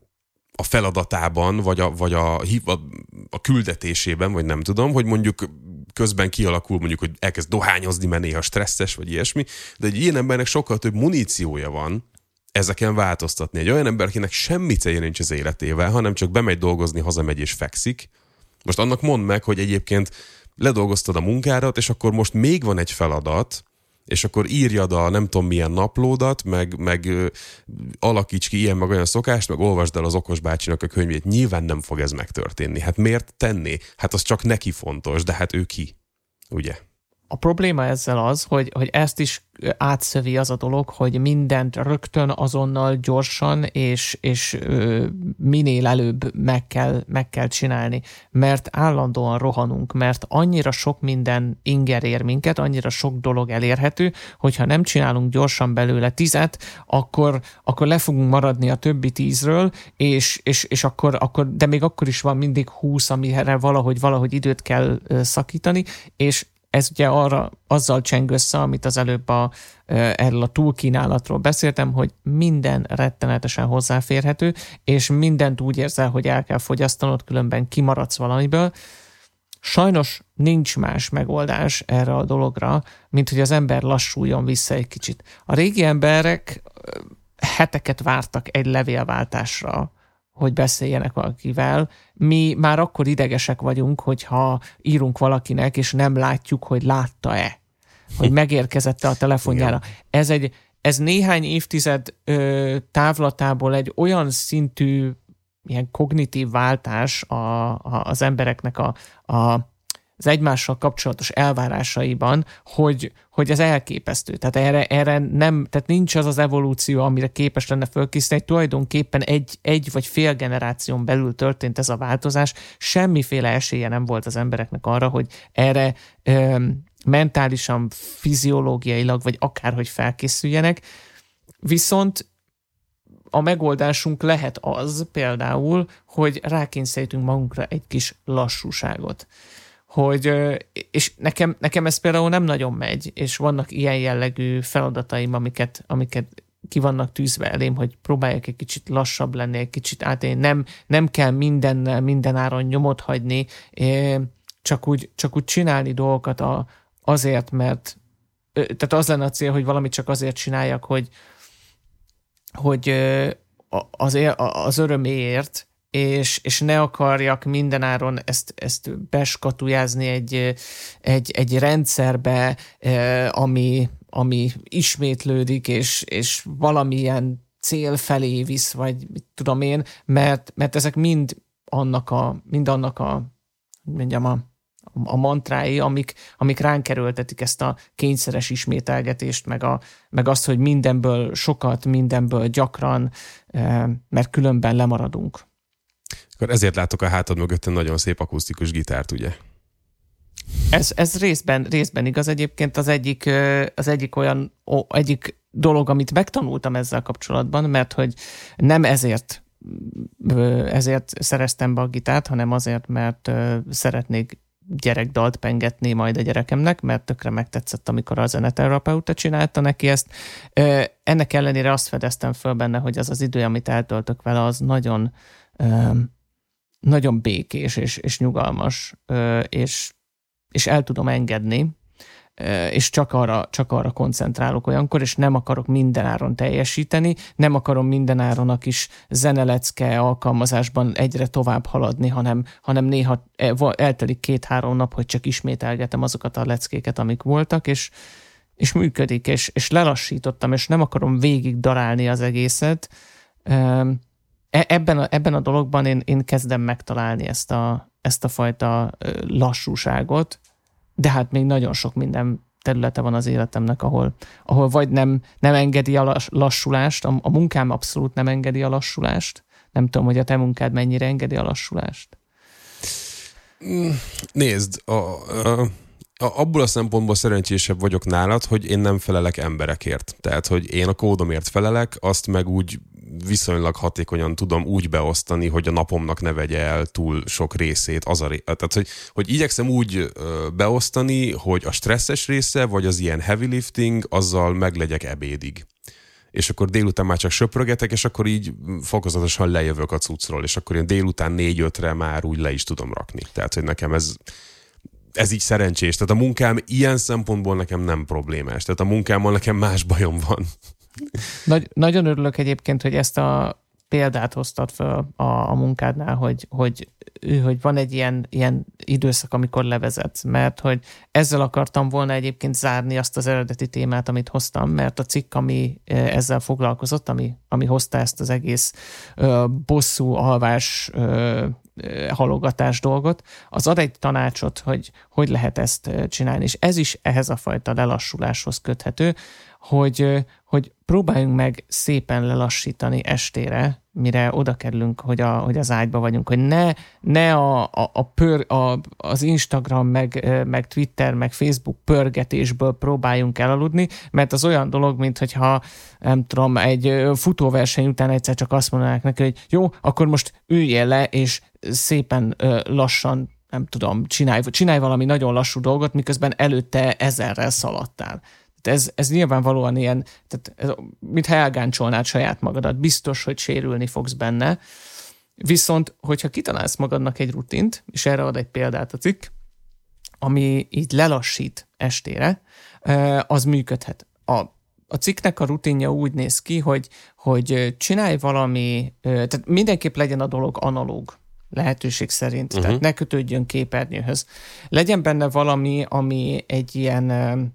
a feladatában, vagy, a, vagy a, a, a küldetésében, vagy nem tudom, hogy mondjuk közben kialakul mondjuk, hogy elkezd dohányozni, mert néha stresszes, vagy ilyesmi, de egy ilyen embernek sokkal több muníciója van ezeken változtatni. Egy olyan ember, akinek semmi célja nincs az életével, hanem csak bemegy dolgozni, hazamegy és fekszik. Most annak mondd meg, hogy egyébként ledolgoztad a munkádat, és akkor most még van egy feladat, és akkor írjad a nem tudom milyen naplódat, meg, meg ö, alakíts ki ilyen meg olyan szokást, meg olvasd el az okos bácsinak a könyvét. Nyilván nem fog ez megtörténni. Hát miért tenné? Hát az csak neki fontos, de hát ő ki? Ugye? A probléma ezzel az, hogy, hogy ezt is átszövi az a dolog, hogy mindent rögtön, azonnal, gyorsan és, és ö, minél előbb meg kell, meg kell csinálni, mert állandóan rohanunk, mert annyira sok minden inger ér minket, annyira sok dolog elérhető, hogyha nem csinálunk gyorsan belőle tizet, akkor, akkor le fogunk maradni a többi tízről, és, és, és akkor, akkor, de még akkor is van mindig húsz, amire valahogy, valahogy időt kell szakítani, és ez ugye arra, azzal cseng össze, amit az előbb a, erről a túlkínálatról beszéltem, hogy minden rettenetesen hozzáférhető, és mindent úgy érzel, hogy el kell fogyasztanod, különben kimaradsz valamiből. Sajnos nincs más megoldás erre a dologra, mint hogy az ember lassuljon vissza egy kicsit. A régi emberek heteket vártak egy levélváltásra, hogy beszéljenek valakivel. Mi már akkor idegesek vagyunk, hogyha írunk valakinek, és nem látjuk, hogy látta-e, hogy megérkezett-e a telefonjára. Ez, egy, ez néhány évtized ö, távlatából egy olyan szintű ilyen kognitív váltás a, a, az embereknek a, a az egymással kapcsolatos elvárásaiban, hogy, hogy ez elképesztő. Tehát erre, erre nem, tehát nincs az az evolúció, amire képes lenne fölkészíteni. Tulajdonképpen egy, egy vagy fél generáción belül történt ez a változás. Semmiféle esélye nem volt az embereknek arra, hogy erre ö, mentálisan, fiziológiailag, vagy akárhogy felkészüljenek. Viszont a megoldásunk lehet az például, hogy rákényszerítünk magunkra egy kis lassúságot. Hogy, és nekem, nekem ez például nem nagyon megy, és vannak ilyen jellegű feladataim, amiket, amiket ki vannak tűzve elém, hogy próbáljak egy kicsit lassabb lenni, egy kicsit átélni. Nem, nem kell mindennel, minden áron nyomot hagyni, csak úgy, csak úgy csinálni dolgokat a, azért, mert tehát az lenne a cél, hogy valamit csak azért csináljak, hogy, hogy az, az öröméért, És, és ne akarjak mindenáron ezt, ezt beskatujázni egy, egy, egy rendszerbe, ami, ami ismétlődik, és, és valamilyen cél felé visz, vagy mit tudom én, mert, mert ezek mind annak a, mind annak a, mondjam, a, a mantrái, amik, amik ránk erőltetik ezt a kényszeres ismételgetést, meg, a, meg azt, hogy mindenből sokat, mindenből gyakran, mert különben lemaradunk. Akkor ezért látok a hátad mögötten nagyon szép akusztikus gitárt, ugye? Ez, ez részben, részben igaz. Egyébként az egyik, az egyik olyan ó, egyik dolog, amit megtanultam ezzel kapcsolatban, mert hogy nem ezért ezért szereztem be a gitárt, hanem azért, mert szeretnék gyerekdalt pengetni majd a gyerekemnek, mert tökre megtetszett, amikor a zeneterapeuta csinálta neki ezt. Ennek ellenére azt fedeztem föl benne, hogy az az idő, amit eltöltök vele, az nagyon, nagyon békés és, és nyugalmas, és, és el tudom engedni, és csak arra, csak arra koncentrálok olyankor, és nem akarok mindenáron teljesíteni, nem akarom mindenáron a kis zenelecke alkalmazásban egyre tovább haladni, hanem, hanem néha eltelik két-három nap, hogy csak ismételgetem azokat a leckéket, amik voltak, és, és működik, és, és lelassítottam, és nem akarom végig darálni az egészet. Ebben a, ebben a dologban én, én kezdem megtalálni ezt a, ezt a fajta lassúságot, de hát még nagyon sok minden területe van az életemnek, ahol, ahol vagy nem, nem engedi a lassulást, a, a munkám abszolút nem engedi a lassulást. Nem tudom, hogy a te munkád mennyire engedi a lassulást. Nézd, a, a, a, abból a szempontból szerencsésebb vagyok nálad, hogy én nem felelek emberekért. Tehát, hogy én a kódomért felelek, azt meg úgy viszonylag hatékonyan tudom úgy beosztani, hogy a napomnak ne vegye el túl sok részét. Az a ré... Tehát, hogy, hogy igyekszem úgy beosztani, hogy a stresszes része, vagy az ilyen heavy lifting, azzal meglegyek ebédig. És akkor délután már csak söprögetek, és akkor így fokozatosan lejövök a cuccról, és akkor én délután négy-ötre már úgy le is tudom rakni. Tehát, hogy nekem ez, ez így szerencsés. Tehát a munkám ilyen szempontból nekem nem problémás. Tehát a munkámmal nekem más bajom van. Nagy, nagyon örülök egyébként, hogy ezt a példát hoztad fel a, a munkádnál, hogy, hogy, hogy van egy ilyen, ilyen időszak, amikor levezetsz, mert hogy ezzel akartam volna egyébként zárni azt az eredeti témát, amit hoztam, mert a cikk, ami ezzel foglalkozott, ami, ami hozta ezt az egész ö, bosszú, alvás, ö, halogatás dolgot, az ad egy tanácsot, hogy hogy lehet ezt csinálni, és ez is ehhez a fajta lelassuláshoz köthető, hogy, hogy próbáljunk meg szépen lelassítani estére, mire oda kerülünk, hogy, a, hogy az ágyba vagyunk, hogy ne, ne a, a, a pör, a, az Instagram, meg, meg Twitter, meg Facebook pörgetésből próbáljunk elaludni, mert az olyan dolog, mint hogyha nem tudom, egy futóverseny után egyszer csak azt mondanák neki, hogy jó, akkor most üljél le, és szépen lassan, nem tudom, csinálj, csinálj valami nagyon lassú dolgot, miközben előtte ezerrel szaladtál. Ez, ez nyilvánvalóan ilyen, tehát ez, mintha elgáncsolnád saját magadat, biztos, hogy sérülni fogsz benne. Viszont, hogyha kitalálsz magadnak egy rutint, és erre ad egy példát a cikk, ami így lelassít estére, az működhet. A, a cikknek a rutinja úgy néz ki, hogy, hogy csinálj valami, tehát mindenképp legyen a dolog analóg lehetőség szerint, uh-huh. tehát ne kötődjön képernyőhöz. Legyen benne valami, ami egy ilyen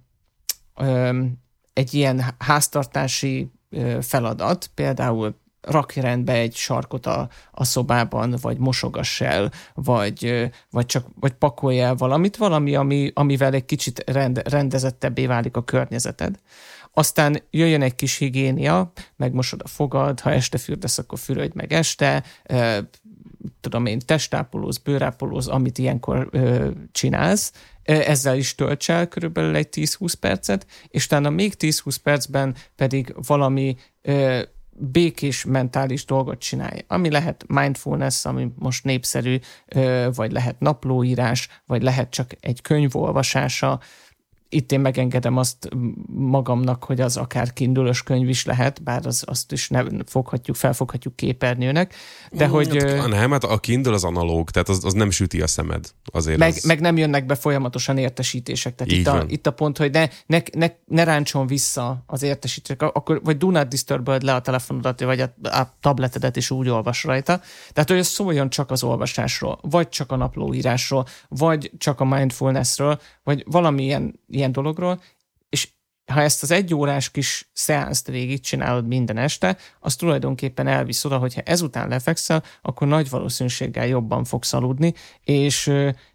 egy ilyen háztartási feladat, például rakj rendbe egy sarkot a, a szobában, vagy mosogass el, vagy, vagy csak vagy pakolj el valamit, valami, ami, amivel egy kicsit rend, rendezettebbé válik a környezeted. Aztán jöjjön egy kis higiénia, megmosod a fogad, ha este fürdesz, akkor fürödj meg este, tudom én, testápolóz, bőrápolóz, amit ilyenkor ö, csinálsz, ezzel is tölts el körülbelül egy tíz-húsz percet, és utána még tíz-húsz percben pedig valami ö, békés mentális dolgot csinálj, ami lehet mindfulness, ami most népszerű, ö, vagy lehet naplóírás, vagy lehet csak egy könyv olvasása. Itt én megengedem azt magamnak, hogy az akár kindle-ös könyv is lehet, bár az, azt is nem foghatjuk, felfoghatjuk képernyőnek, de mm, hogy... Nem, hát a Kindle az analóg, tehát az, az nem süti a szemed. Azért meg, az... meg nem jönnek be folyamatosan értesítések. Tehát itt a, itt a pont, hogy ne, ne, ne, ne ráncson vissza az értesítések, akkor, vagy do not disturb le a telefonodat, vagy a, a tabletedet, és úgy olvas rajta. Tehát, hogy ez szóljon csak az olvasásról, vagy csak a naplóírásról, vagy csak a mindfulnessről, vagy valamilyen ilyen dologról, és ha ezt az egy órás kis szeánszt végig csinálod minden este, az tulajdonképpen elvisz oda, hogyha ezután lefekszel, akkor nagy valószínűséggel jobban fogsz aludni, és,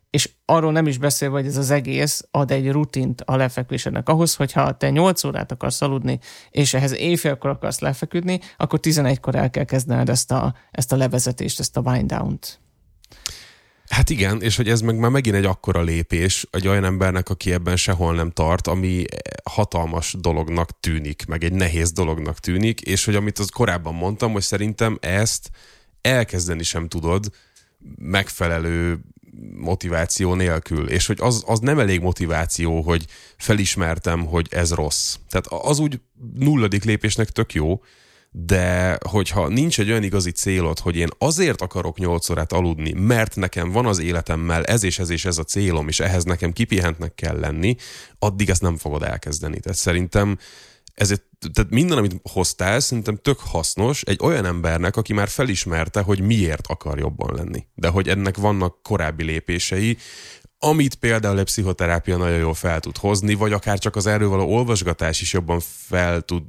és arról nem is beszélve, hogy ez az egész ad egy rutint a lefekvésednek. Ahhoz, hogyha te nyolc órát akarsz aludni, és ehhez éjfélkor akarsz lefeküdni, akkor tizenegykor el kell kezdened ezt a, ezt a levezetést, ezt a wind down-t. Hát igen, és hogy ez meg már megint egy akkora lépés egy olyan embernek, aki ebben sehol nem tart, ami hatalmas dolognak tűnik, meg egy nehéz dolognak tűnik, és hogy amit az korábban mondtam, hogy szerintem ezt elkezdeni sem tudod megfelelő motiváció nélkül, és hogy az, az nem elég motiváció, hogy felismertem, hogy ez rossz. Tehát az úgy nulladik lépésnek tök jó, de hogyha nincs egy olyan igazi célod, hogy én azért akarok nyolc órát aludni, mert nekem van az életemmel ez és ez és ez a célom, és ehhez nekem kipihentnek kell lenni, addig ezt nem fogod elkezdeni. Tehát szerintem ezért, tehát minden, amit hoztál, szerintem tök hasznos egy olyan embernek, aki már felismerte, hogy miért akar jobban lenni. De hogy ennek vannak korábbi lépései, amit például egy pszichoterápia nagyon jól fel tud hozni, vagy akár csak az erről való olvasgatás is jobban fel tud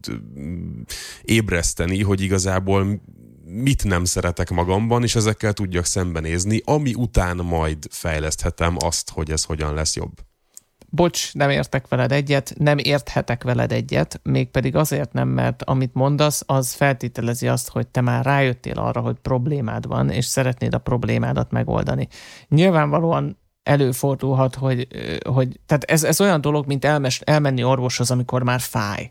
ébreszteni, hogy igazából mit nem szeretek magamban, és ezekkel tudjak szembenézni, ami után majd fejleszthetem azt, hogy ez hogyan lesz jobb. Bocs, nem értek veled egyet, nem érthetek veled egyet, mégpedig azért nem, mert amit mondasz, az feltételezi azt, hogy te már rájöttél arra, hogy problémád van, és szeretnéd a problémádat megoldani. Nyilvánvalóan előfordulhat, hogy, hogy tehát ez, ez olyan dolog, mint elmes, elmenni orvoshoz, amikor már fáj.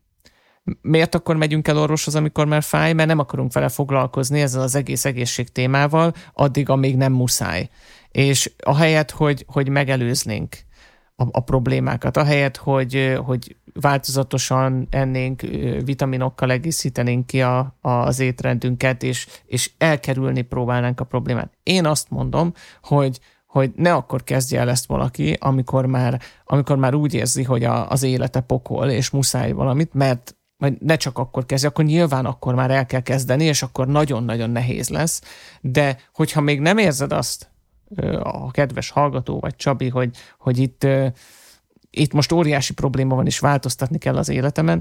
Miért akkor megyünk el orvoshoz, amikor már fáj? Mert nem akarunk vele foglalkozni ezzel az egész egészség témával, addig, amíg nem muszáj. És ahelyett, hogy, hogy megelőznénk a, a problémákat, ahelyett, hogy, hogy változatosan ennénk, vitaminokkal egészítenénk ki a, az étrendünket, és, és elkerülni próbálnánk a problémát. Én azt mondom, hogy hogy ne akkor kezdje el ezt valaki, amikor már, amikor már úgy érzi, hogy a, az élete pokol, és muszáj valamit, mert vagy ne csak akkor kezdje, akkor nyilván akkor már el kell kezdeni, és akkor nagyon-nagyon nehéz lesz, de hogyha még nem érzed azt, a kedves hallgató, vagy Csabi, hogy, hogy itt, itt most óriási probléma van, és változtatni kell az életemen,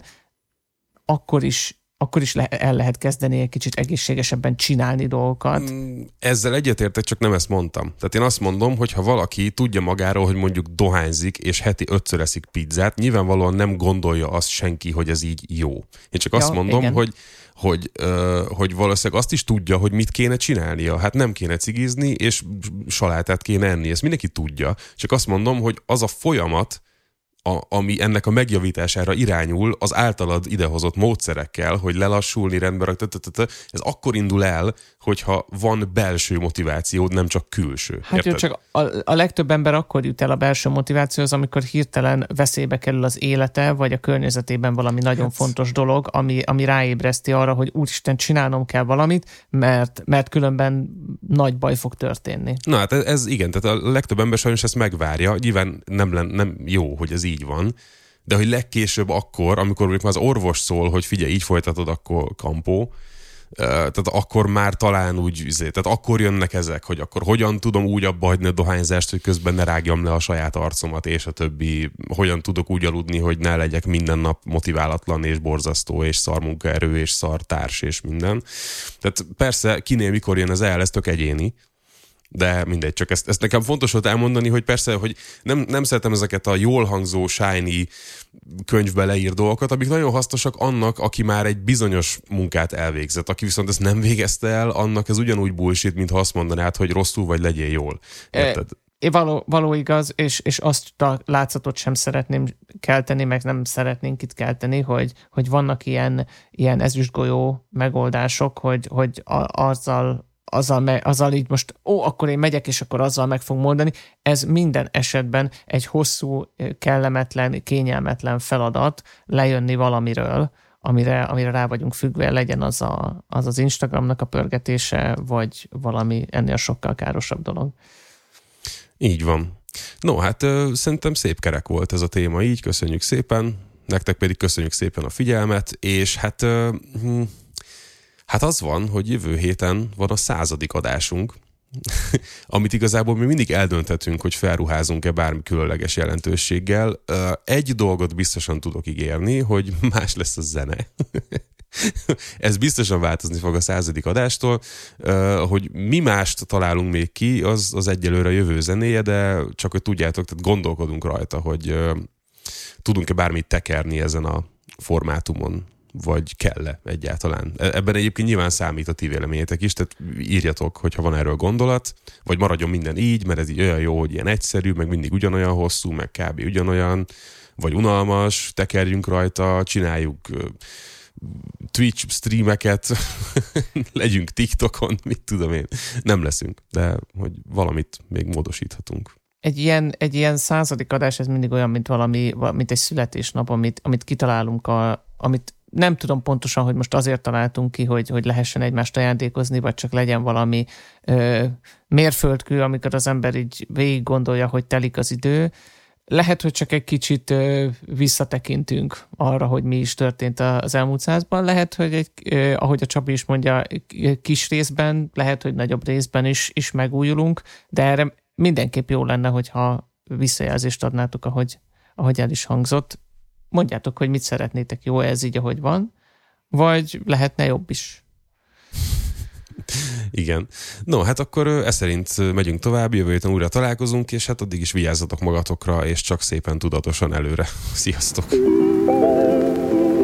akkor is akkor is le- el lehet kezdeni egy kicsit egészségesebben csinálni dolgokat. Ezzel egyetértek, csak nem ezt mondtam. Tehát én azt mondom, hogy ha valaki tudja magáról, hogy mondjuk dohányzik, és heti ötször eszik pizzát, nyilvánvalóan nem gondolja azt senki, hogy ez így jó. Én csak ja, azt mondom, igen. hogy Hogy, uh, hogy valószínűleg azt is tudja, hogy mit kéne csinálnia. Hát nem kéne cigizni, és salátát kéne enni. Ezt mindenki tudja. Csak azt mondom, hogy az a folyamat, A, ami ennek a megjavítására irányul, az általad idehozott módszerekkel, hogy lelassulni, rendbe rakni, ez akkor indul el, hogyha van belső motivációd, nem csak külső. Hát jó, csak a, a legtöbb ember akkor jut el a belső motivációhoz, amikor hirtelen veszélybe kerül az élete, vagy a környezetében valami nagyon hát. fontos dolog, ami, ami ráébreszti arra, hogy úristen, csinálnom kell valamit, mert, mert különben nagy baj fog történni. Na hát ez, ez igen, tehát a legtöbb ember sajnos ezt megvárja. Nyilván nem, nem jó, hogy ez így van, de hogy legkésőbb akkor, amikor már az orvos szól, hogy figyelj, így folytatod, akkor kampó, tehát akkor már talán úgy, tehát akkor jönnek ezek, hogy akkor hogyan tudom úgy abba hagyni a dohányzást, hogy közben ne rágjam le a saját arcomat, és a többi, hogyan tudok úgy aludni, hogy ne legyek minden nap motiválatlan, és borzasztó, és szar munkaerő, és szar társ, és minden. Tehát persze, kinél mikor jön ez el, ez tök egyéni, de mindegy, csak ezt, ezt nekem fontos volt elmondani, hogy persze, hogy nem, nem szeretem ezeket a jól hangzó, shiny könyvbe leír dolgokat, amik nagyon hasznosak annak, aki már egy bizonyos munkát elvégzett. Aki viszont ezt nem végezte el, annak ez ugyanúgy bullshit, mint ha azt mondanád, hogy rosszul vagy legyél jól. Érted? É, való, való igaz, és, és azt a látszatot sem szeretném kelteni, meg nem szeretnénk itt kelteni, hogy, hogy vannak ilyen, ilyen ezüstgolyó megoldások, hogy, hogy a, azzal Azzal, azzal így most, ó, akkor én megyek, és akkor azzal meg fogom oldani. Ez minden esetben egy hosszú, kellemetlen, kényelmetlen feladat lejönni valamiről, amire, amire rá vagyunk függve, legyen az, a, az az Instagramnak a pörgetése, vagy valami ennél sokkal károsabb dolog. Így van. No, hát ö, szerintem szép kerek volt ez a téma így, köszönjük szépen, nektek pedig köszönjük szépen a figyelmet, és hát... Ö, hm, Hát az van, hogy jövő héten van a századik adásunk, amit igazából mi mindig eldönthetünk, hogy felruházunk-e bármi különleges jelentőséggel. Egy dolgot biztosan tudok ígérni, hogy más lesz a zene. Ez biztosan változni fog a századik adástól. Hogy mi mást találunk még ki, az, az egyelőre a jövő zenéje, de csak hogy tudjátok, tehát gondolkodunk rajta, hogy tudunk-e bármit tekerni ezen a formátumon, vagy kell-e egyáltalán. Ebben egyébként nyilván számít a ti véleményetek is, tehát írjatok, hogyha van erről gondolat, vagy maradjon minden így, mert ez így olyan jó, hogy ilyen egyszerű, meg mindig ugyanolyan hosszú, meg kb. Ugyanolyan, vagy unalmas, tekerjünk rajta, csináljuk Twitch streameket, legyünk TikTokon, mit tudom én. Nem leszünk, de hogy valamit még módosíthatunk. Egy ilyen, egy ilyen századik adás, ez mindig olyan, mint valami, mint egy születésnap, amit, amit kitalálunk, a, amit nem tudom pontosan, hogy most azért találtunk ki, hogy, hogy lehessen egymást ajándékozni, vagy csak legyen valami ö, mérföldkő, amikor az ember így végig gondolja, hogy telik az idő. Lehet, hogy csak egy kicsit ö, visszatekintünk arra, hogy mi is történt az elmúlt százban. Lehet, hogy egy, ö, ahogy a Csabi is mondja, kis részben, lehet, hogy nagyobb részben is, is megújulunk, de erre mindenképp jó lenne, hogyha visszajelzést adnátok, ahogy, ahogy el is hangzott. Mondjátok, hogy mit szeretnétek, jó ez így, ahogy van, vagy lehetne jobb is. Igen. No, hát akkor ez szerint megyünk tovább, jövő héten újra találkozunk, és hát addig is vigyázzatok magatokra, és csak szépen tudatosan előre. Sziasztok!